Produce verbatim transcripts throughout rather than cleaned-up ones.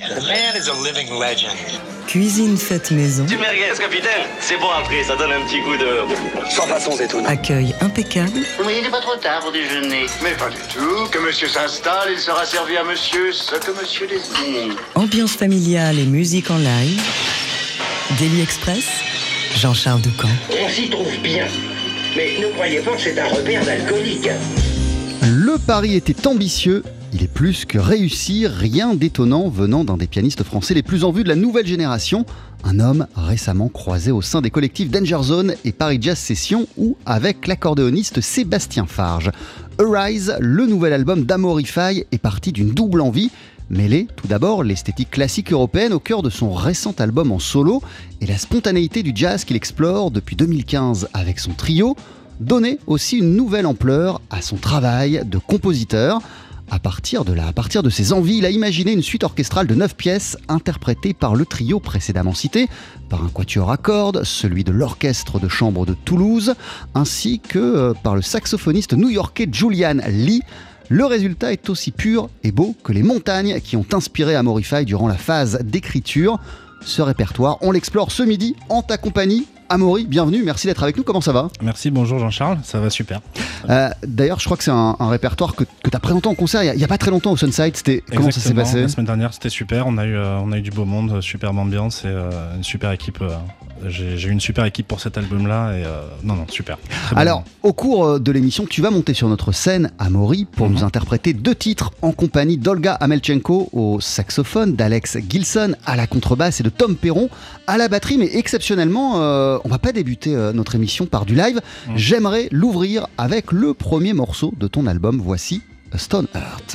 The man is a living legend. Cuisine faite maison. Du merguez, capitaine. C'est bon après, ça donne un petit coup de... Sans façon, c'est tout. Accueil impeccable. Oui, il n'est pas trop tard pour déjeuner. Mais pas du tout. Que monsieur s'installe, il sera servi à monsieur ce que monsieur désire. Ambiance familiale et musique en live. Daily Express, Jean-Charles Doucan. On s'y trouve bien. Mais ne croyez pas que c'est un repère d'alcoolique. Le pari était ambitieux. Il est plus que réussi, rien d'étonnant venant d'un des pianistes français les plus en vue de la nouvelle génération, un homme récemment croisé au sein des collectifs Danger Zone et Paris Jazz Session ou avec l'accordéoniste Sébastien Farge. Arise, le nouvel album d'Amorify, est parti d'une double envie, mêler tout d'abord l'esthétique classique européenne au cœur de son récent album en solo et la spontanéité du jazz qu'il explore depuis deux mille quinze avec son trio, donner aussi une nouvelle ampleur à son travail de compositeur. À partir de là, à partir de ses envies, il a imaginé une suite orchestrale de neuf pièces interprétées par le trio précédemment cité, par un quatuor à cordes, celui de l'orchestre de chambre de Toulouse, ainsi que par le saxophoniste new-yorkais Julian Lee. Le résultat est aussi pur et beau que les montagnes qui ont inspiré Amorify durant la phase d'écriture. Ce répertoire, on l'explore ce midi en ta compagnie. Amaury, bienvenue, merci d'être avec nous, comment ça va ? Merci, bonjour Jean-Charles, ça va super. Euh, d'ailleurs, je crois que c'est un, un répertoire que, que tu as présenté en concert il n'y a, a pas très longtemps au Sunside. C'était, comment Exactement, ça s'est passé ? La semaine dernière, c'était super, on a eu, euh, on a eu du beau monde, superbe ambiance et euh, une super équipe. Euh, j'ai, j'ai eu une super équipe pour cet album-là et euh, non, non, super. Très Alors, bon. Au cours de l'émission, tu vas monter sur notre scène, Amaury, pour mm-hmm. nous interpréter deux titres en compagnie d'Olga Amelchenko au saxophone, d'Alex Gilson à la contrebasse et de Tom Perron à la batterie. Mais exceptionnellement, euh, on va pas débuter euh, notre émission par du live. Mm. J'aimerais l'ouvrir avec le premier morceau de ton album. Voici A Stone Heart.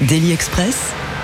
Daily Express,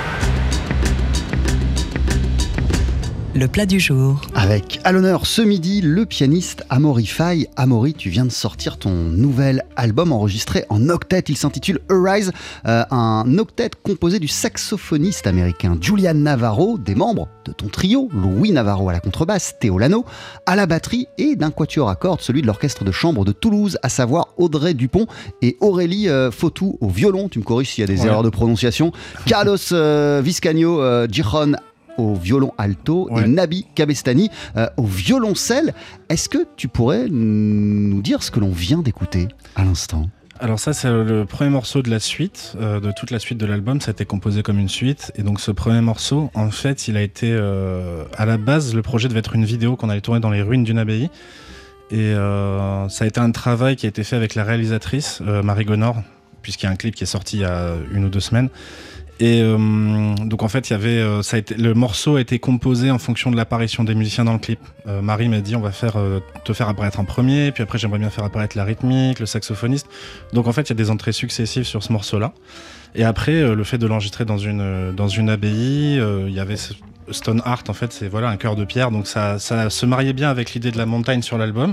le plat du jour. Avec à l'honneur ce midi, le pianiste Amaury Faye. Amaury, tu viens de sortir ton nouvel album enregistré en octet. Il s'intitule Arise, euh, un octet composé du saxophoniste américain Julian Navarro, des membres de ton trio, Louis Navarro à la contrebasse, Théo Lano à la batterie et d'un quatuor à cordes, celui de l'orchestre de chambre de Toulouse, à savoir Audrey Dupont et Aurélie euh, Fautou au violon. Tu me corriges s'il y a des ouais. erreurs de prononciation. Carlos euh, Vizcaino euh, Gijon au violon alto ouais. et Nabi Kabestani euh, au violoncelle. Est-ce que tu pourrais nous dire ce que l'on vient d'écouter à l'instant ? Alors ça, c'est le premier morceau de la suite, euh, de toute la suite de l'album. Ça a été composé comme une suite. Et donc ce premier morceau, en fait, il a été... Euh, à la base, le projet devait être une vidéo qu'on allait tourner dans les ruines d'une abbaye. Et euh, ça a été un travail qui a été fait avec la réalisatrice, euh, Marie Gonor, puisqu'il y a un clip qui est sorti il y a une ou deux semaines. Et euh, donc en fait, il y avait, euh, ça a été, le morceau a été composé en fonction de l'apparition des musiciens dans le clip. Euh, Marie m'a dit, on va faire euh, te faire apparaître en premier, puis après j'aimerais bien faire apparaître la rythmique, le saxophoniste. Donc en fait, il y a des entrées successives sur ce morceau-là. Et après, euh, le fait de l'enregistrer dans une euh, dans une abbaye, euh, il y avait ce Stone Art, en fait, c'est voilà un chœur de pierre, donc ça ça se mariait bien avec l'idée de la montagne sur l'album.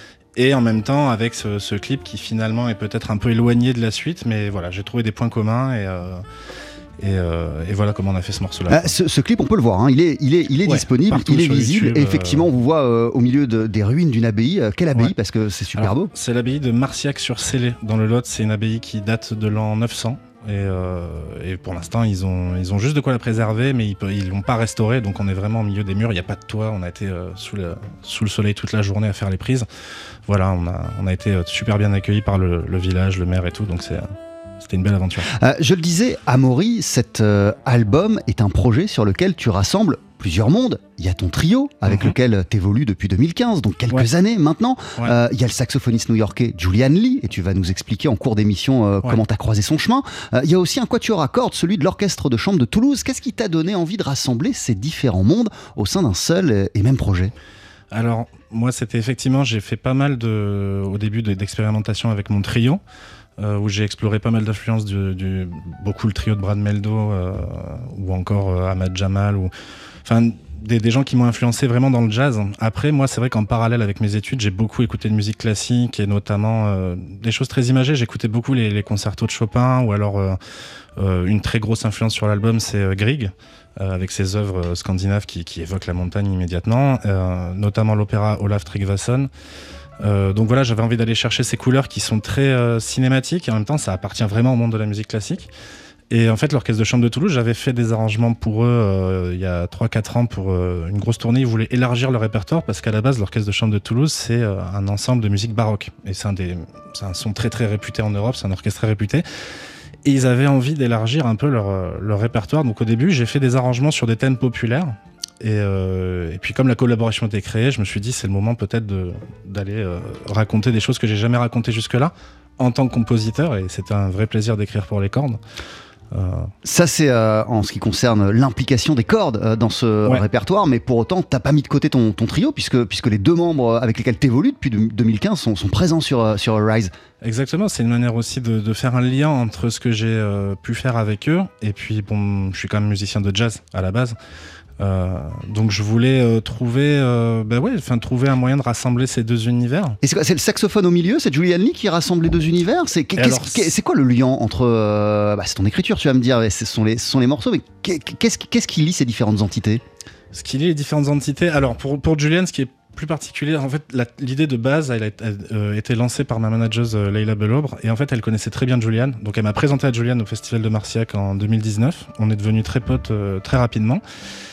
Et en même temps avec ce, ce clip qui finalement est peut-être un peu éloigné de la suite, mais voilà, j'ai trouvé des points communs et euh, Et, euh, et voilà comment on a fait ce morceau-là. Euh, ce, ce clip, on peut le voir, hein. il est, il est, il est ouais, disponible, il est visible. YouTube, et effectivement, on vous voit euh, au milieu de, des ruines d'une abbaye. Euh, quelle abbaye ? Ouais. Parce que c'est super Alors, beau. C'est l'abbaye de Marciac-sur-Célé, dans le Lot. C'est une abbaye qui date de l'an neuf cents. Et, euh, et pour l'instant, ils ont, ils ont juste de quoi la préserver, mais ils ne l'ont pas restaurée. Donc on est vraiment au milieu des murs. Il n'y a pas de toit. On a été euh, sous, le, sous le soleil toute la journée à faire les prises. Voilà, on a, on a été super bien accueillis par le, le village, le maire et tout. Donc c'est... C'était une belle aventure. Euh, je le disais, Amaury, cet euh, album est un projet sur lequel tu rassembles plusieurs mondes. Il y a ton trio avec mm-hmm. lequel tu évolues depuis deux mille quinze, donc quelques ouais. années maintenant. Ouais. Euh, il y a le saxophoniste new-yorkais Julian Lee, et tu vas nous expliquer en cours d'émission euh, ouais. comment tu as croisé son chemin. Euh, il y a aussi un quatuor à cordes, celui de l'orchestre de chambre de Toulouse. Qu'est-ce qui t'a donné envie de rassembler ces différents mondes au sein d'un seul et même projet ? Alors, moi, c'était effectivement, j'ai fait pas mal de, au début de, d'expérimentation avec mon trio. Euh, où j'ai exploré pas mal d'influences, du, du, beaucoup le trio de Brad Meldo, euh, ou encore euh, Ahmad Jamal, ou, enfin, des, des gens qui m'ont influencé vraiment dans le jazz. Après, moi, c'est vrai qu'en parallèle avec mes études, j'ai beaucoup écouté de musique classique, et notamment euh, des choses très imagées. J'écoutais beaucoup les, les concertos de Chopin, ou alors euh, euh, une très grosse influence sur l'album, c'est euh, Grieg, euh, avec ses œuvres scandinaves qui, qui évoquent la montagne immédiatement, euh, notamment l'opéra Olaf Tryggvason. Euh, donc voilà, j'avais envie d'aller chercher ces couleurs qui sont très euh, cinématiques et en même temps ça appartient vraiment au monde de la musique classique. Et en fait, l'orchestre de chambre de Toulouse, j'avais fait des arrangements pour eux euh, il y a trois quatre ans pour euh, une grosse tournée. Ils voulaient élargir le répertoire parce qu'à la base, l'orchestre de chambre de Toulouse, c'est euh, un ensemble de musique baroque. Et c'est un, des, c'est un son très très réputé en Europe, c'est un orchestre très réputé. Et ils avaient envie d'élargir un peu leur, leur répertoire. Donc au début, j'ai fait des arrangements sur des thèmes populaires. Et, euh, et puis comme la collaboration était créée, je me suis dit c'est le moment peut-être de, d'aller euh, raconter des choses que j'ai jamais racontées jusque-là en tant que compositeur, et c'était un vrai plaisir d'écrire pour les cordes. Euh... Ça c'est euh, en ce qui concerne l'implication des cordes euh, dans ce ouais. répertoire, mais pour autant t'as pas mis de côté ton, ton trio puisque, puisque les deux membres avec lesquels t'évolues depuis deux mille quinze sont, sont présents sur, sur Arise. Exactement, c'est une manière aussi de, de faire un lien entre ce que j'ai euh, pu faire avec eux, et puis bon, je suis quand même musicien de jazz à la base. Euh, donc je voulais euh, trouver, euh, bah ouais, enfin trouver un moyen de rassembler ces deux univers. Et c'est quoi, c'est le saxophone au milieu, c'est Julian Lee qui rassemble les deux univers. C'est qu'est-ce, alors, c'est... c'est quoi le lien entre, euh, bah, c'est ton écriture, tu vas me dire, ce sont les, ce sont les morceaux, mais qu'est-ce, qu'est-ce qui lie ces différentes entités ? Ce qui lie les différentes entités. Alors pour pour Julian, ce qui est plus particulier, en fait, la, l'idée de base, elle a été, euh, été lancée par ma manageuse euh, Leila Belobre, et en fait, elle connaissait très bien Julian. Donc elle m'a présenté à Julian au Festival de Marciac en deux mille dix-neuf. On est devenus très potes euh, très rapidement.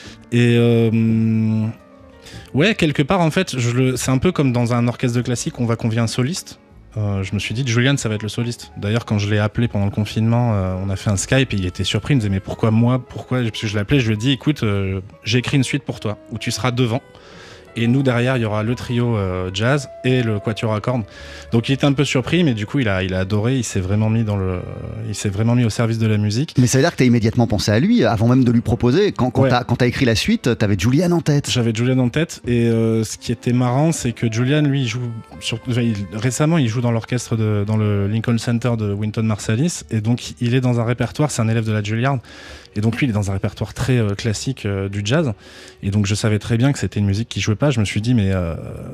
Et euh, ouais, quelque part, en fait, je le, c'est un peu comme dans un orchestre de classique, on va convier un soliste. Euh, je me suis dit, Julian, ça va être le soliste. D'ailleurs, quand je l'ai appelé pendant le confinement, euh, on a fait un Skype et il était surpris. Il me disait, mais pourquoi moi ? Pourquoi ? Parce que je l'ai appelé, je lui ai dit, écoute, euh, j'ai écrit une suite pour toi où tu seras devant. Et nous, derrière, il y aura le trio euh, jazz et le quatuor à cordes. Donc il était un peu surpris, mais du coup, il a, il a adoré. Il s'est vraiment mis dans le, il s'est vraiment mis au service de la musique. Mais ça veut dire que tu as immédiatement pensé à lui, avant même de lui proposer. Quand, quand Ouais. tu as écrit la suite, tu avais Julian en tête. J'avais Julian en tête. Et euh, ce qui était marrant, c'est que Julian, lui, il joue sur, enfin, il, récemment, il joue dans l'orchestre de, dans le Lincoln Center de Wynton Marsalis. Et donc, il est dans un répertoire. C'est un élève de la Juilliard. Et donc lui, il est dans un répertoire très euh, classique euh, du jazz. Et donc je savais très bien que c'était une musique qui jouait pas. Je me suis dit, mais euh,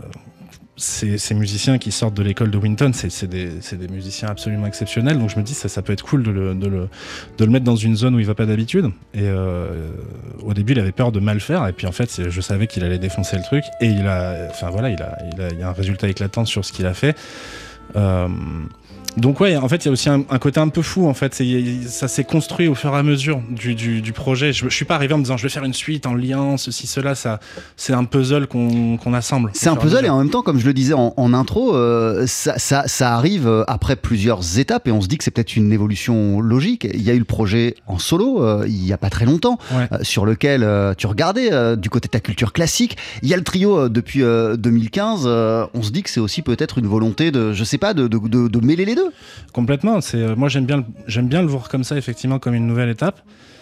ces, ces musiciens qui sortent de l'école de Wynton, c'est, c'est, des, c'est des musiciens absolument exceptionnels. Donc je me dis, ça, ça peut être cool de le, de, le, de le mettre dans une zone où il va pas d'habitude. Et euh, au début, il avait peur de mal faire. Et puis en fait, je savais qu'il allait défoncer le truc. Et il a, enfin voilà, il a, il a, il y a un résultat éclatant sur ce qu'il a fait. Euh, Donc ouais, en fait, il y a aussi un, un côté un peu fou. En fait, c'est, ça s'est construit au fur et à mesure du, du, du projet. Je, je suis pas arrivé en me disant je vais faire une suite en liant ceci, cela. Ça, c'est un puzzle qu'on, qu'on assemble. C'est un puzzle et en même temps, comme je le disais en, en intro, euh, ça, ça, ça arrive après plusieurs étapes et on se dit que c'est peut-être une évolution logique. Il y a eu le projet en solo euh, il y a pas très longtemps, Ouais. euh, sur lequel euh, tu regardais euh, du côté de ta culture classique. Il y a le trio euh, depuis euh, deux mille quinze. Euh, on se dit que c'est aussi peut-être une volonté de, je sais pas, de, de, de, de mêler les deux. Complètement. C'est, euh, moi, j'aime bien, le- j'aime bien le voir comme ça, effectivement, comme une nouvelle étape.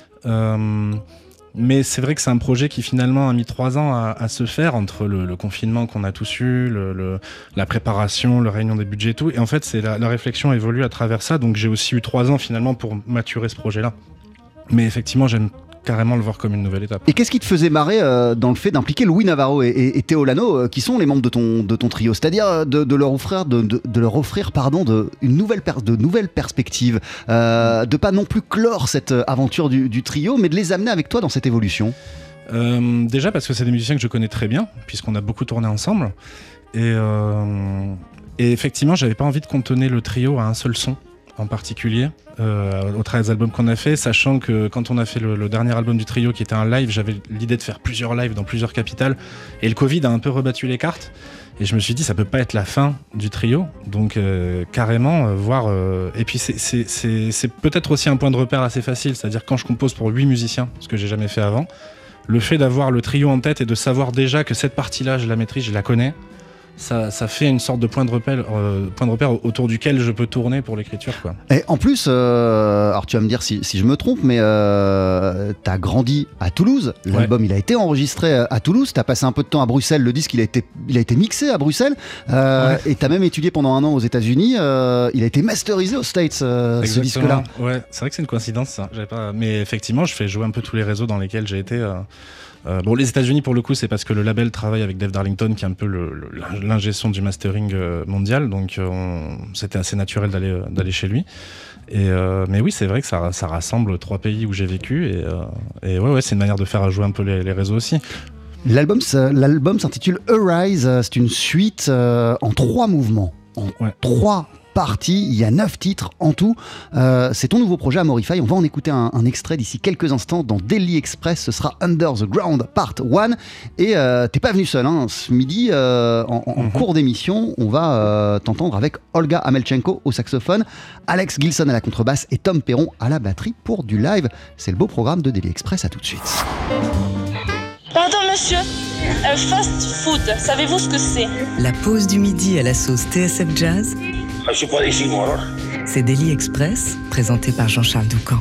Euh, mais c'est vrai que c'est un projet qui finalement a mis trois ans à, à se faire entre le, le confinement qu'on a tous eu, le, le- la préparation, la réunion des budgets et tout. Et en fait, c'est la, la réflexion évolue à travers ça. Donc j'ai aussi eu trois ans finalement pour maturer ce projet-là. Mais effectivement, j'aime carrément le voir comme une nouvelle étape. Et qu'est-ce qui te faisait marrer euh, dans le fait d'impliquer Louis Navarro et, et, et Théo Lano, euh, qui sont les membres de ton, de ton trio, c'est-à-dire euh, de, de leur offrir, de, de, de leur offrir pardon, de, une nouvelle per- de nouvelles perspectives, euh, de pas non plus clore cette euh, aventure du, du trio, mais de les amener avec toi dans cette évolution. Euh, déjà parce que c'est des musiciens que je connais très bien, puisqu'on a beaucoup tourné ensemble. Et, euh, et effectivement, j'avais pas envie de cantonner le trio à un seul son en particulier, euh, au travers des albums qu'on a fait, sachant que quand on a fait le, le dernier album du trio qui était un live, j'avais l'idée de faire plusieurs lives dans plusieurs capitales, et le Covid a un peu rebattu les cartes, et je me suis dit ça peut pas être la fin du trio, donc euh, carrément euh, voir, euh, et puis c'est, c'est, c'est, c'est peut-être aussi un point de repère assez facile, c'est-à-dire quand je compose pour huit musiciens, ce que j'ai jamais fait avant, le fait d'avoir le trio en tête et de savoir déjà que cette partie-là je la maîtrise, je la connais, Ça, ça fait une sorte de point de repère, euh, point de repère autour duquel je peux tourner pour l'écriture, quoi. Et en plus, euh, alors tu vas me dire si, si je me trompe, mais euh, t'as grandi à Toulouse, l'album Ouais. il a été enregistré à Toulouse, t'as passé un peu de temps à Bruxelles, le disque il a été, il a été mixé à Bruxelles, euh, Ouais. et t'as même étudié pendant un an aux États-Unis, euh, il a été masterisé aux States, euh, ce disque-là. Ouais, c'est vrai que c'est une coïncidence, ça. J'avais pas... Mais effectivement, je fais jouer un peu tous les réseaux dans lesquels j'ai été. Euh... Euh, bon, les États-Unis pour le coup, c'est parce que le label travaille avec Dave Darlington, qui est un peu le, le, l'ingé son du mastering euh, mondial, donc euh, on... c'était assez naturel d'aller euh, d'aller chez lui. Et euh, mais oui, c'est vrai que ça, ça rassemble trois pays où j'ai vécu, et, euh, et ouais, ouais, c'est une manière de faire jouer un peu les, les réseaux aussi. L'album, ça- l'album s'intitule Arise, euh, c'est une suite euh, en trois mouvements, en Ouais. trois parties, il y a neuf titres en tout. Euh, c'est ton nouveau projet Amorify, on va en écouter un, un extrait d'ici quelques instants dans Daily Express, ce sera Under the Ground Part un. Et euh, t'es pas venu seul, hein. Ce midi, euh, en, en- en Mhm. cours d'émission, on va euh, t'entendre avec Olga Amelchenko au saxophone, Alex Gilson à la contrebasse et Tom Perron à la batterie pour du live. C'est le beau programme de Daily Express, à tout de suite. Pardon monsieur, un fast food, savez-vous ce que c'est? La pause du midi à la sauce T S F Jazz, Je suis pas ici, moi, alors. c'est Daily Express, présenté par Jean-Charles Doucan.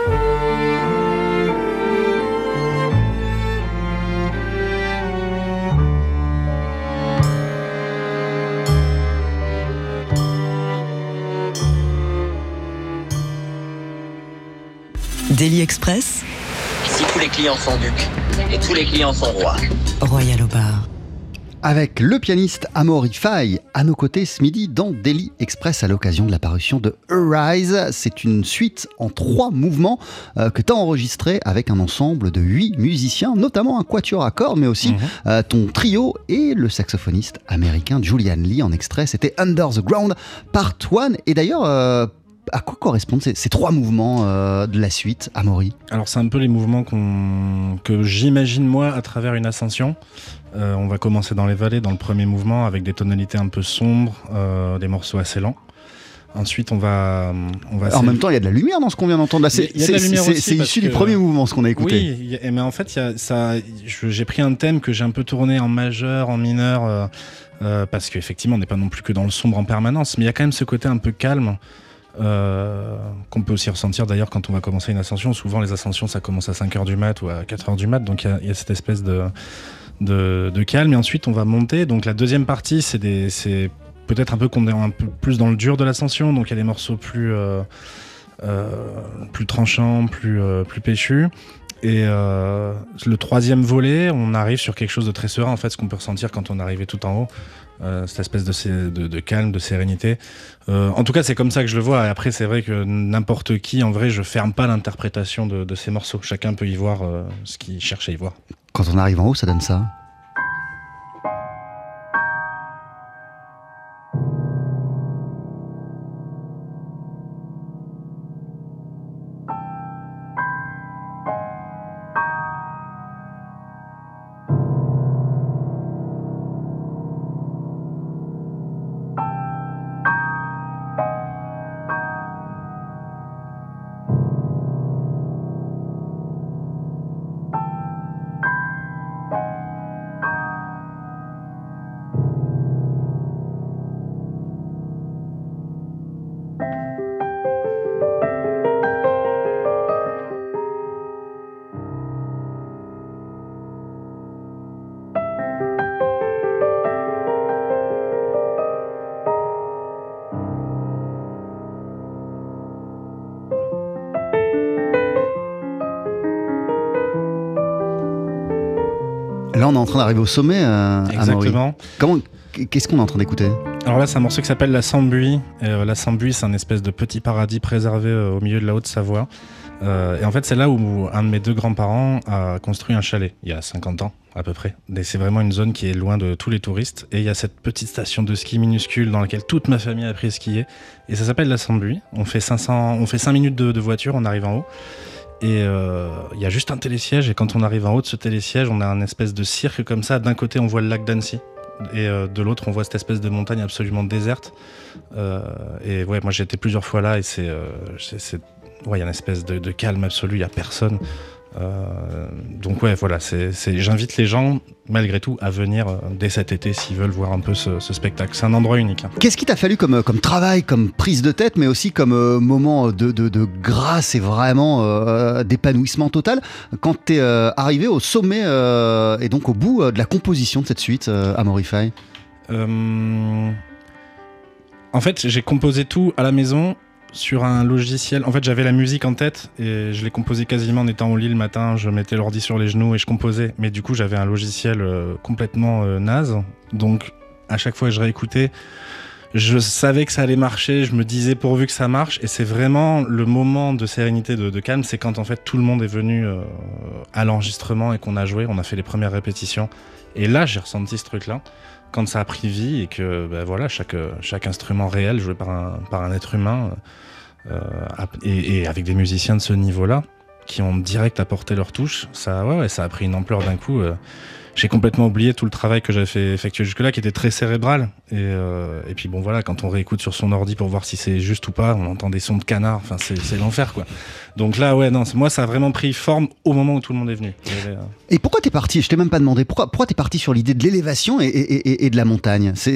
Daily Express, Ici, tous les clients sont ducs et tous les clients sont rois. Royal au bar. Avec le pianiste Amaury Faye à nos côtés ce midi dans Daily Express à l'occasion de la parution de Arise. C'est une suite en trois mouvements euh, que tu as enregistré avec un ensemble de huit musiciens, notamment un quatuor à cordes, mais aussi mmh. euh, ton trio et le saxophoniste américain Julian Lee. En extrait, c'était Under the Ground Part un. Et d'ailleurs, euh, à quoi correspondent ces, ces trois mouvements euh, de la suite, Amaury ? Alors c'est un peu les mouvements qu'on, que j'imagine moi à travers une ascension. Euh, on va commencer dans les vallées, dans le premier mouvement, avec des tonalités un peu sombres, euh, des morceaux assez lents. Ensuite, on va... On va en même temps, il y a de la lumière dans ce qu'on vient d'entendre. Là, c'est, c'est, c'est, c'est issu que... du premier mouvement, ce qu'on a écouté. Oui, mais en fait, y a, ça, je, j'ai pris un thème que j'ai un peu tourné en majeur, en mineur, euh, euh, parce qu'effectivement, on n'est pas non plus que dans le sombre en permanence, mais il y a quand même ce côté un peu calme, Euh, qu'on peut aussi ressentir d'ailleurs quand on va commencer une ascension. Souvent les ascensions ça commence à cinq heures du mat ou à quatre heures du mat, donc il y, y a cette espèce de, de, de calme, et ensuite on va monter. Donc la deuxième partie c'est, des, c'est peut-être un peu qu'on est un peu plus dans le dur de l'ascension, donc il y a des morceaux plus, euh, euh, plus tranchants, plus, euh, plus péchus. Et euh, le troisième volet, on arrive sur quelque chose de très serein, en fait, ce qu'on peut ressentir quand on arrivait tout en haut, euh, cette espèce de, de, de calme, de sérénité. Euh, en tout cas, c'est comme ça que je le vois. Et après, c'est vrai que n'importe qui, en vrai, je ferme pas l'interprétation de, de ces morceaux. Chacun peut y voir euh, ce qu'il cherche à y voir. Quand on arrive en haut, ça donne ça. Là, on est en train d'arriver au sommet, euh, Exactement. Comment, qu'est-ce qu'on est en train d'écouter ? Alors là, c'est un morceau qui s'appelle La Sambuie. Euh, la Sambuie, c'est un espèce de petit paradis préservé euh, au milieu de la Haute-Savoie. Euh, et en fait, c'est là où un de mes deux grands-parents a construit un chalet, il y a cinquante ans à peu près. Et c'est vraiment une zone qui est loin de tous les touristes. Et il y a cette petite station de ski minuscule dans laquelle toute ma famille a appris à skier. Et ça s'appelle La Sambuie. On fait cinq cents, on fait cinq minutes de, de voiture, on arrive en haut. Et il euh, y a juste un télésiège, et quand on arrive en haut de ce télésiège, on a un espèce de cirque comme ça. D'un côté, on voit le lac d'Annecy, et euh, de l'autre, on voit cette espèce de montagne absolument déserte. Euh, et ouais, moi j'ai été plusieurs fois là, et c'est, euh, c'est, c'est ouais, il y a une espèce de, de calme absolu, il y a personne. Euh, donc ouais, voilà, c'est, c'est, j'invite les gens, malgré tout, à venir euh, dès cet été s'ils veulent voir un peu ce, ce spectacle. C'est un endroit unique. Hein. Qu'est-ce qui t'a fallu comme, comme travail, comme prise de tête, mais aussi comme euh, moment de, de, de grâce et vraiment euh, d'épanouissement total quand t'es euh, arrivé au sommet euh, et donc au bout euh, de la composition de cette suite, euh, Amaury Faye ? euh... En fait, j'ai composé tout à la maison sur un logiciel. En fait, j'avais la musique en tête et je l'ai composée quasiment en étant au lit le matin. Je mettais l'ordi sur les genoux et je composais. Mais du coup, j'avais un logiciel euh, complètement euh, naze. Donc, à chaque fois que je réécoutais, je savais que ça allait marcher. Je me disais pourvu que ça marche. Et c'est vraiment le moment de sérénité, de, de calme. C'est quand en fait tout le monde est venu euh, à l'enregistrement et qu'on a joué. On a fait les premières répétitions. Et là, j'ai ressenti ce truc-là. Quand ça a pris vie et que ben voilà, chaque, chaque instrument réel joué par un, par un être humain euh, et, et avec des musiciens de ce niveau-là qui ont direct apporté leur touche, ça, ouais, ouais, ça a pris une ampleur d'un coup. Euh, j'ai complètement oublié tout le travail que j'avais fait effectuer jusque-là, qui était très cérébral. Et, euh, et puis bon voilà, quand on réécoute sur son ordi pour voir si c'est juste ou pas, on entend des sons de canard. Enfin, c'est, c'est l'enfer, quoi. Donc là, ouais, non, moi, ça a vraiment pris forme au moment où tout le monde est venu. Et, euh... et pourquoi t'es parti ? Je t'ai même pas demandé. Pourquoi, pourquoi t'es parti sur l'idée de l'élévation et, et, et, et de la montagne ? C'est...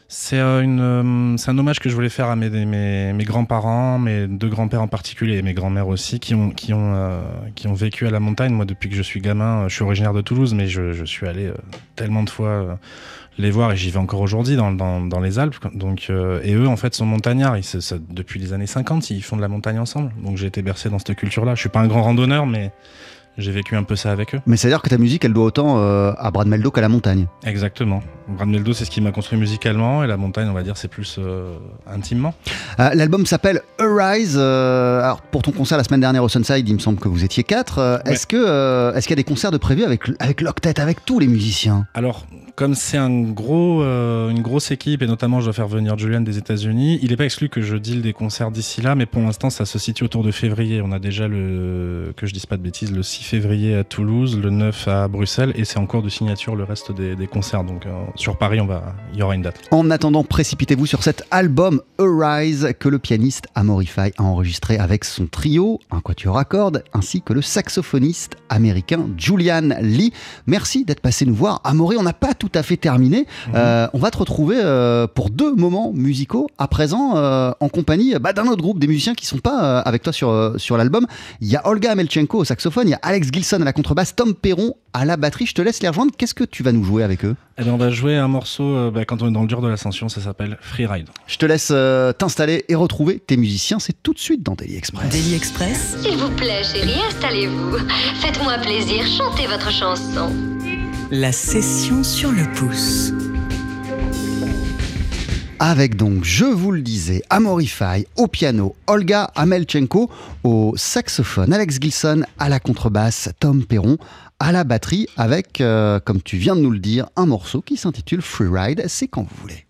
C'est, euh, une, euh, c'est un hommage que je voulais faire à mes, mes, mes grands-parents, mes deux grands-pères en particulier et mes grands-mères aussi, qui ont, qui, ont, euh, qui ont vécu à la montagne. Moi, depuis que je suis gamin, je suis originaire de Toulouse, mais je, je suis allé euh, tellement de fois euh, les voir et j'y vais encore aujourd'hui dans, dans, dans les Alpes. Donc, euh, et eux, en fait, sont montagnards. Ils, ça, ça, depuis les années cinquante, ils font de la montagne ensemble. Donc j'ai été bercé dans cette culture-là. Je suis pas un grand randonneur, mais j'ai vécu un peu ça avec eux. Mais c'est-à-dire que ta musique, elle doit autant euh, à Brad Mehldau qu'à la montagne. Exactement. Brad Mehldau, c'est ce qui m'a construit musicalement, et la montagne, on va dire, c'est plus euh, intimement. Euh, l'album s'appelle Arise. Euh, alors pour ton concert la semaine dernière au Sunside, il me semble que vous étiez quatre. Euh, ouais. Est-ce que euh, est-ce qu'il y a des concerts de prévus avec avec l'octet, avec tous les musiciens? Alors, comme c'est un gros, euh, une grosse équipe, et notamment je dois faire venir Julian des États-Unis, il n'est pas exclu que je deal des concerts d'ici là, mais pour l'instant ça se situe autour de février. On a déjà le, que je dise pas de bêtises, le six février à Toulouse, le neuf à Bruxelles, et c'est en cours de signature le reste des, des concerts. Donc euh, sur Paris, on va, il y aura une date. En attendant, précipitez-vous sur cet album Arise que le pianiste Amaury Faye a enregistré avec son trio, un quatuor à cordes, ainsi que le saxophoniste américain Julian Lee. Merci d'être passé nous voir. Amaury, on n'a pas tout tout à fait terminé. Mmh. Euh, on va te retrouver euh, pour deux moments musicaux à présent euh, en compagnie bah, d'un autre groupe, des musiciens qui ne sont pas euh, avec toi sur, euh, sur l'album. Il y a Olga Amelchenko au saxophone, il y a Alex Gilson à la contrebasse, Tom Perron à la batterie. Je te laisse les rejoindre. Qu'est-ce que tu vas nous jouer avec eux? Eh bien, on va jouer un morceau euh, bah, quand on est dans le dur de l'ascension, ça s'appelle Freeride. Je te laisse euh, t'installer et retrouver tes musiciens. C'est tout de suite dans Daily Express. Daily Express. S'il vous plaît, chérie, installez-vous. Faites-moi plaisir, chantez votre chanson. La session sur le pouce. Avec donc, je vous le disais, Amaury Faye au piano, Olga Amelchenko au saxophone, Alex Gilson à la contrebasse, Tom Perron à la batterie avec, euh, comme tu viens de nous le dire, un morceau qui s'intitule Freeride. C'est quand vous voulez.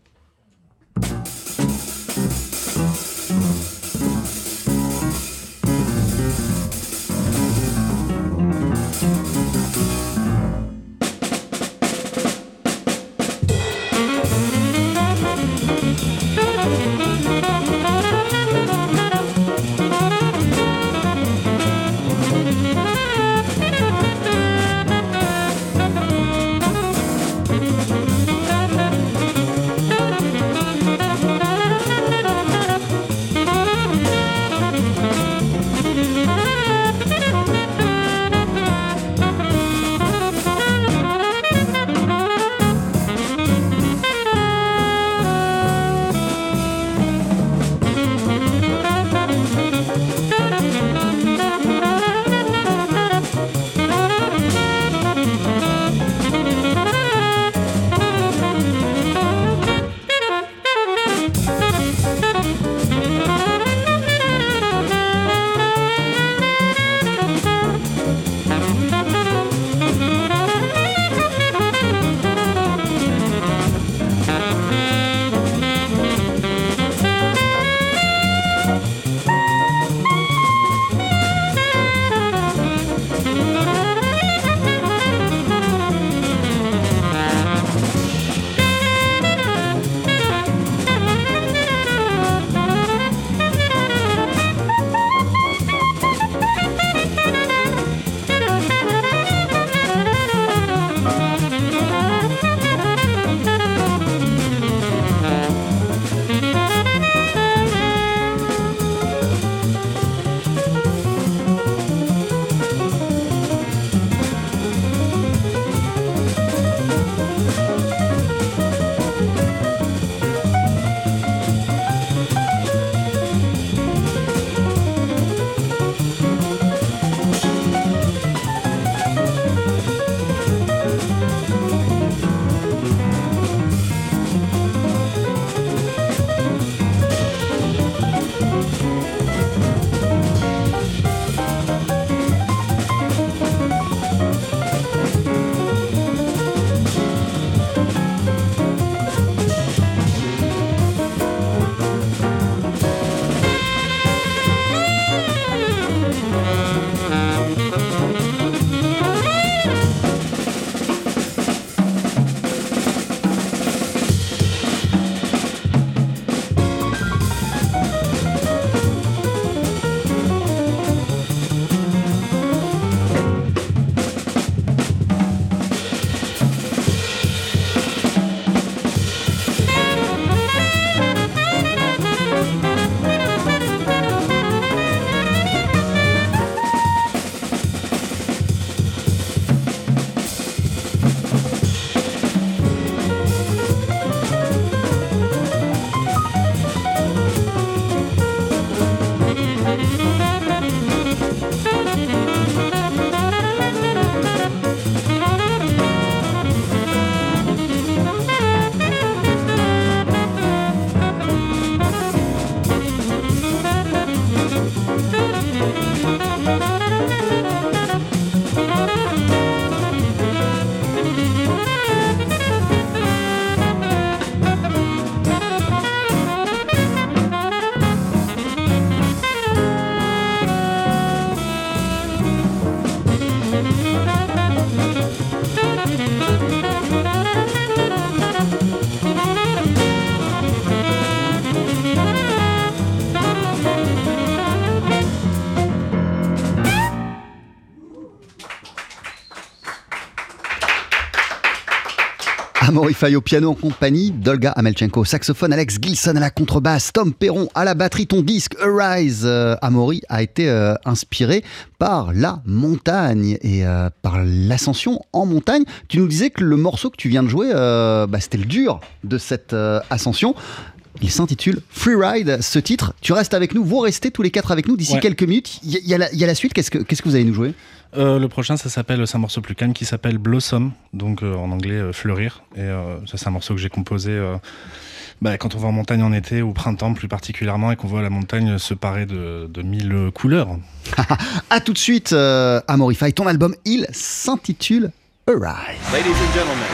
Amaury Faye au piano en compagnie d'Olga Amelchenko au saxophone, Alex Gilson à la contrebasse, Tom Perron à la batterie. Ton disque Arise, euh, Amaury, a été euh, inspiré par la montagne et euh, par l'ascension en montagne. Tu nous disais que le morceau que tu viens de jouer, euh, bah, c'était le dur de cette euh, ascension. Il s'intitule Freeride, ce titre. Tu restes avec nous, vous restez tous les quatre avec nous d'ici ouais. quelques minutes. Il y, y, y a la suite, qu'est-ce que, qu'est-ce que vous allez nous jouer ? Euh, le prochain, ça s'appelle, c'est un morceau plus calme qui s'appelle Blossom, donc euh, en anglais euh, fleurir. Et euh, ça, c'est un morceau que j'ai composé euh, bah, quand on va en montagne en été ou au printemps plus particulièrement et qu'on voit la montagne se parer de, de mille couleurs. A tout de suite, euh, Amaury Faye, ton album, il s'intitule Arise. Ladies and gentlemen,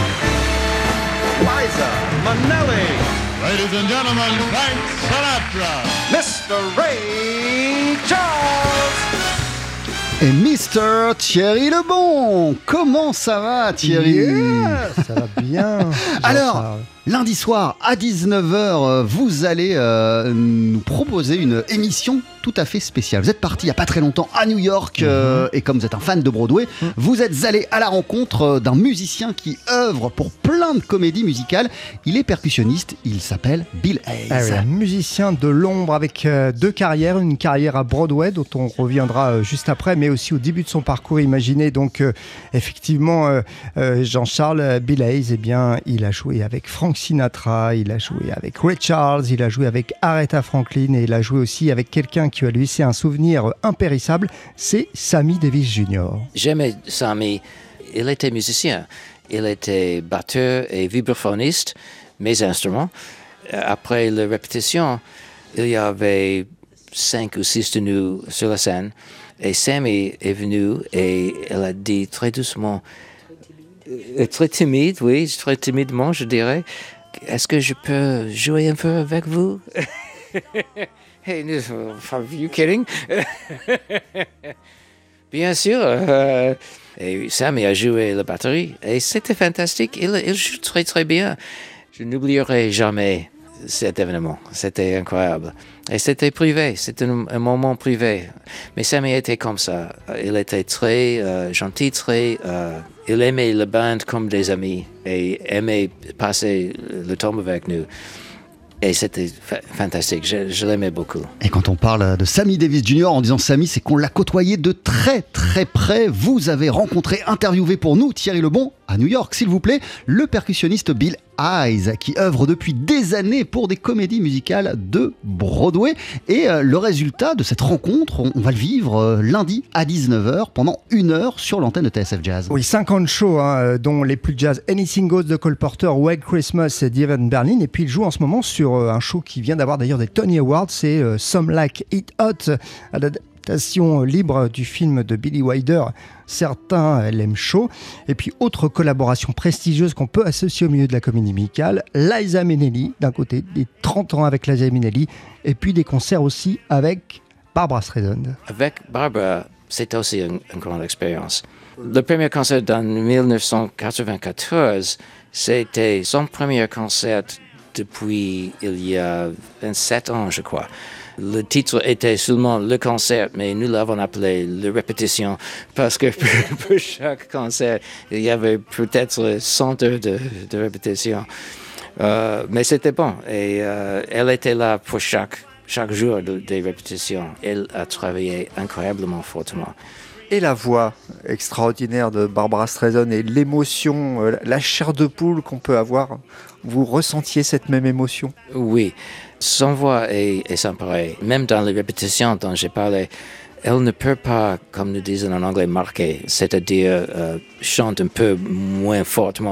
Liza Minnelli. Ladies and gentlemen, Frank Sinatra. mister Ray Charles. Et mister Thierry Lebon. Comment ça va, Thierry ? Yeah, ça va bien. Alors, lundi soir à dix-neuf heures, vous allez euh, nous proposer une émission tout à fait spéciale. Vous êtes parti il n'y a pas très longtemps à New York euh, mm-hmm. et comme vous êtes un fan de Broadway, mm-hmm. vous êtes allé à la rencontre d'un musicien qui œuvre pour plein de comédies musicales. Il est percussionniste, il s'appelle Bill Hayes. Ah oui, un musicien de l'ombre avec euh, deux carrières, une carrière à Broadway dont on reviendra euh, juste après, mais aussi au début de son parcours. Imaginez donc euh, effectivement euh, euh, Jean-Charles Bill Hayes, eh bien, il a joué avec Frank Sinatra, il a joué avec Ray Charles, il a joué avec Aretha Franklin et il a joué aussi avec quelqu'un qui a laissé un souvenir impérissable, c'est Sammy Davis junior J'aimais Sammy, il était musicien, il était batteur et vibraphoniste, mes instruments. Après la répétition, il y avait cinq ou six de nous sur la scène et Sammy est venu et elle a dit très doucement, très timide, oui, très timidement je dirais, est-ce que je peux jouer un peu avec vous? Hey, are you kidding? Bien sûr. Euh, et Sammy a joué la batterie et c'était fantastique. Il, il joue très très bien. Je n'oublierai jamais cet événement. C'était incroyable. Et c'était privé. C'était un, un moment privé. Mais Sammy était comme ça. Il était très euh, gentil, très. Euh, il aimait la bande comme des amis et aimait passer le temps avec nous. Et c'était fa- fantastique, je, je l'aimais beaucoup. Et quand on parle de Sammy Davis junior, en disant Sammy, c'est qu'on l'a côtoyé de très très près. Vous avez rencontré, interviewé pour nous, Thierry Lebon, à New York, s'il vous plaît, le percussionniste Bill Hayes, qui œuvre depuis des années pour des comédies musicales de Broadway. Et euh, le résultat de cette rencontre, on, on va le vivre euh, lundi à dix-neuf heures, pendant une heure sur l'antenne de T S F Jazz. Oui, cinquante shows, hein, dont les plus jazz, Anything Goes de Cole Porter, White Christmas et Evan Berlin. Et puis il joue en ce moment sur euh, un show qui vient d'avoir d'ailleurs des Tony Awards, c'est euh, Some Like It Hot, adaptation libre du film de Billy Wilder. Certains l'aiment chaud. Et puis, autre collaboration prestigieuse qu'on peut associer au milieu de la comédie musicale, Liza Minnelli, d'un côté, des trente ans avec Liza Minnelli, et puis des concerts aussi avec Barbra Streisand. Avec Barbra, c'était aussi une, une grande expérience. Le premier concert en dix-neuf cent quatre-vingt-quatorze, c'était son premier concert depuis il y a vingt-sept ans, je crois. Le titre était seulement le concert, mais nous l'avons appelé la répétition parce que pour, pour chaque concert, il y avait peut-être cent heures de, de répétition. Euh, mais c'était bon et euh, elle était là pour chaque, chaque jour de, des répétitions. Elle a travaillé incroyablement fortement. Et la voix extraordinaire de Barbra Streisand et l'émotion, euh, la chair de poule qu'on peut avoir, vous ressentiez cette même émotion? Oui, son voix est, est sans pareil. Même dans les répétitions dont j'ai parlé, elle ne peut pas, comme nous disons en anglais, marquer, c'est-à-dire euh, chante un peu moins fortement.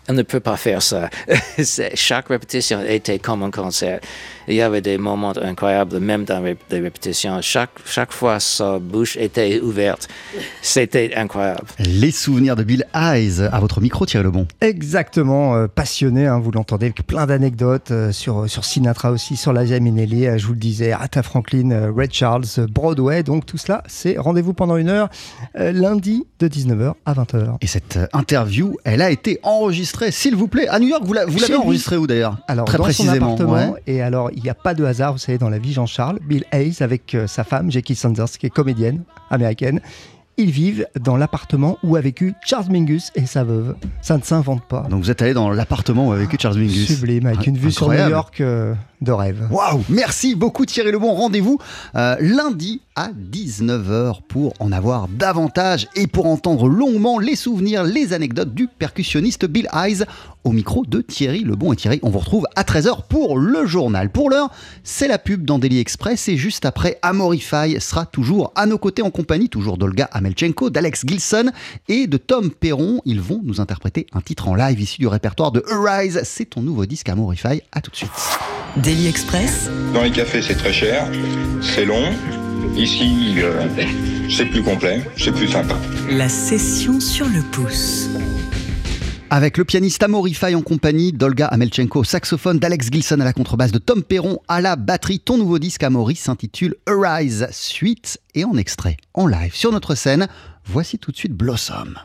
elle ne peut pas faire ça. Chaque répétition était comme un concert. Il y avait des moments incroyables, même dans les répétitions. Chaque, chaque fois, sa bouche était ouverte. C'était incroyable. Les souvenirs de Bill Hayes à votre micro, Thierry Lebon. Exactement, euh, passionné, hein, vous l'entendez, avec plein d'anecdotes euh, sur, sur Sinatra aussi, sur Liza Minnelli, euh, je vous le disais, Aretha Franklin, euh, Ray Charles, euh, Broadway. Donc tout cela, c'est rendez-vous pendant une heure, euh, lundi de dix-neuf heures à vingt heures. Et cette interview, elle a été enregistrée, s'il vous plaît, à New York. Vous, la, vous l'avez enregistrée où d'ailleurs? Alors, très dans précisément. son appartement. Ouais. Et alors, il n'y a pas de hasard, vous savez, dans la vie, Jean-Charles. Bill Hayes avec euh, sa femme, Jackie Sanders, qui est comédienne américaine. Ils vivent dans l'appartement où a vécu Charles Mingus et sa veuve. Ça ne s'invente pas. Donc vous êtes allé dans l'appartement où a vécu Charles Mingus. Sublime, avec une vue Incroyable. sur New York euh, de rêve. Waouh, merci beaucoup Thierry Lebon. Rendez-vous euh, lundi à dix-neuf heures pour en avoir davantage et pour entendre longuement les souvenirs, les anecdotes du percussionniste Bill Hayes au micro de Thierry Lebon. Et Thierry, on vous retrouve à treize heures pour le journal. Pour l'heure, c'est la pub dans Daily Express et juste après, Amorify sera toujours à nos côtés en compagnie toujours d'Olga Amelchenko, d'Alex Gilson et de Tom Perron. Ils vont nous interpréter un titre en live issu du répertoire de Arise. C'est ton nouveau disque Amorify. À tout de suite. Daily Express. Dans les cafés, c'est très cher, c'est long. Ici, euh, c'est plus complet, c'est plus sympa. La session sur le pouce. Avec le pianiste Amorify en compagnie d'Olga Amelchenko au saxophone, d'Alex Gilson à la contrebasse, de Tom Perron à la batterie. Ton nouveau disque Amaury s'intitule Arise, suite et en extrait, en live sur notre scène. Voici tout de suite Blossom.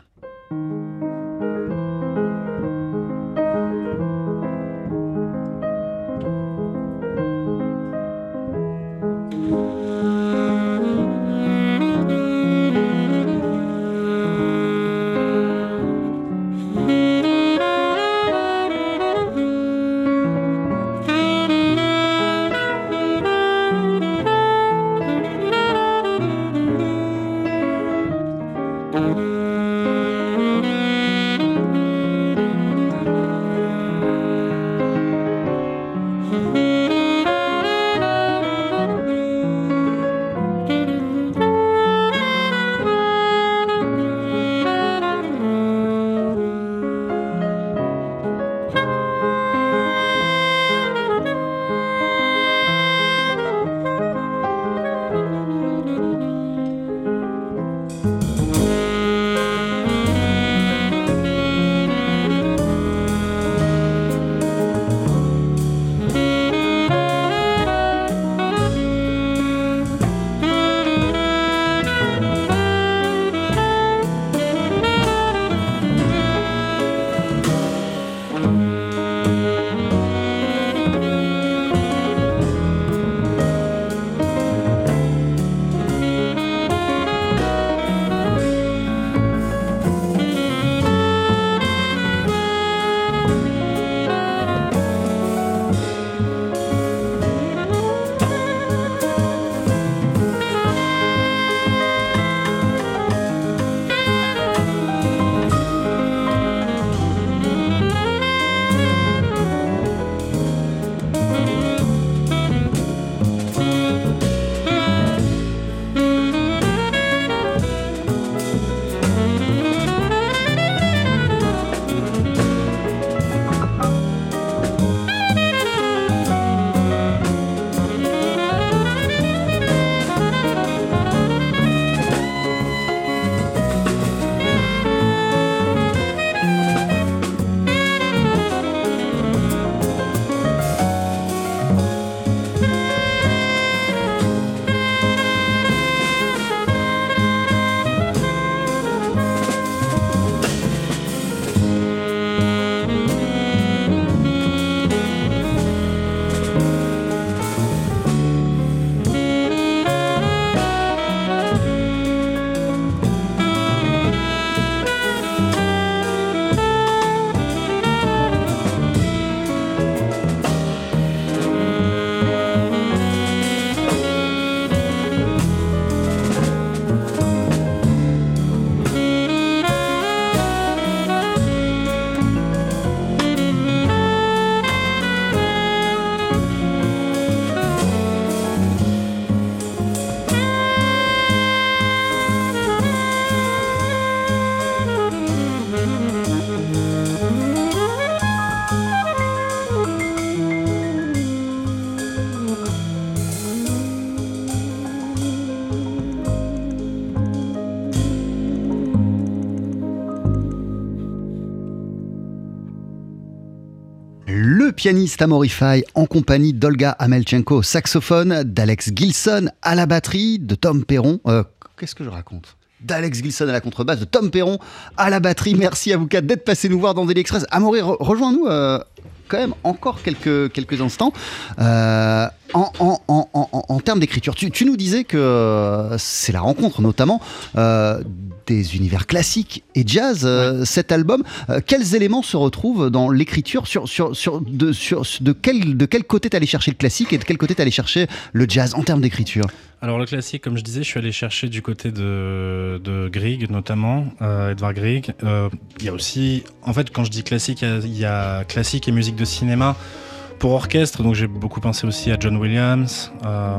pianiste Amaury Faye en compagnie d'Olga Amelchenko au saxophone, d'Alex Gilson à la batterie, de Tom Perron. Euh, qu'est-ce que je raconte ? D'Alex Gilson à la contrebasse, de Tom Perron à la batterie. Merci à vous quatre d'être passés nous voir dans Daily Express. Amaury, re- rejoins-nous euh, quand même encore quelques, quelques instants. Euh, en, en, en, en, en termes d'écriture, tu, tu nous disais que euh, c'est la rencontre notamment euh, des univers classiques et jazz, euh, ouais. cet album. Euh, quels éléments se retrouvent dans l'écriture sur, sur, sur, de, sur, de, quel, de quel côté tu allais chercher le classique et de quel côté tu allais chercher le jazz en termes d'écriture ? Alors le classique, comme je disais, je suis allé chercher du côté de, de Grieg notamment, euh, Edvard Grieg. Euh, il y a aussi, en fait quand je dis classique, il y a, il y a classique et musique de cinéma pour orchestre, donc j'ai beaucoup pensé aussi à John Williams. Euh,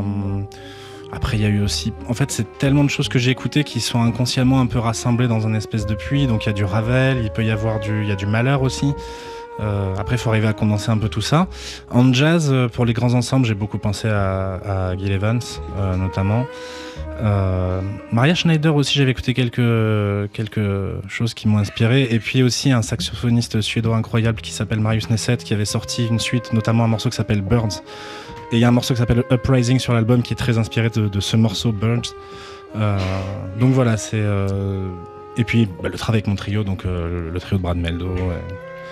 après il y a eu aussi, en fait c'est tellement de choses que j'ai écoutées qui sont inconsciemment un peu rassemblées dans un espèce de puits, donc il y a du Ravel, il peut y avoir du, il y a du Mahler aussi. Euh, après, il faut arriver à condenser un peu tout ça. En jazz, pour les grands ensembles, j'ai beaucoup pensé à, à Gil Evans, euh, notamment. Euh, Maria Schneider aussi, j'avais écouté quelques, quelques choses qui m'ont inspiré. Et puis aussi un saxophoniste suédois incroyable qui s'appelle Marius Neset, qui avait sorti une suite, notamment un morceau qui s'appelle Birds. Et il y a un morceau qui s'appelle Uprising sur l'album qui est très inspiré de, de ce morceau Birds. Euh, donc voilà, c'est... Euh... Et puis bah, le travail avec mon trio, donc euh, le, le trio de Brad Meldo... Ouais.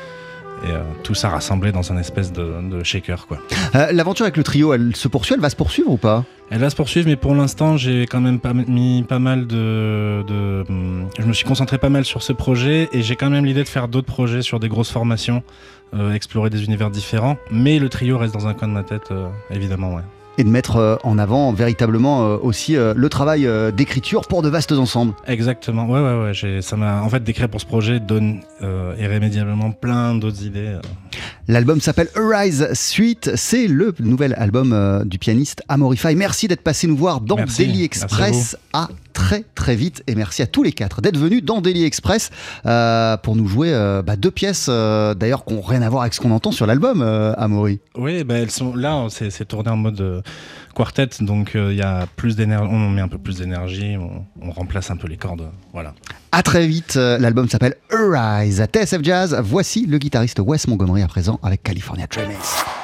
Et euh, tout ça rassemblé dans un espèce de, de shaker, quoi. Euh, l'aventure avec le trio, elle se poursuit, elle va se poursuivre ou pas ? Elle va se poursuivre, mais pour l'instant, j'ai quand même pas mis pas mal de, de... Je me suis concentré pas mal sur ce projet et j'ai quand même l'idée de faire d'autres projets sur des grosses formations, euh, explorer des univers différents. Mais le trio reste dans un coin de ma tête, euh, évidemment, ouais. Et de mettre euh, en avant véritablement euh, aussi euh, le travail euh, d'écriture pour de vastes ensembles. Exactement, ouais, ouais, ouais. J'ai, ça m'a, en fait, d'écrire pour ce projet donne euh, irrémédiablement plein d'autres idées. Euh. L'album s'appelle Arise Suite, c'est le nouvel album euh, du pianiste Amaury Faye. Merci d'être passé nous voir dans merci. Daily Express. À, à très très vite et merci à tous les quatre d'être venus dans Daily Express euh, pour nous jouer euh, bah, deux pièces euh, d'ailleurs qui n'ont rien à voir avec ce qu'on entend sur l'album, euh, Amaury. Oui, bah, elles sont là, c'est, c'est tourné en mode euh, quartet, donc il euh, y a plus d'énergie, on met un peu plus d'énergie, on, on remplace un peu les cordes, voilà. À très vite, l'album s'appelle Arise à T S F Jazz. Voici le guitariste Wes Montgomery à présent avec California Dreamers.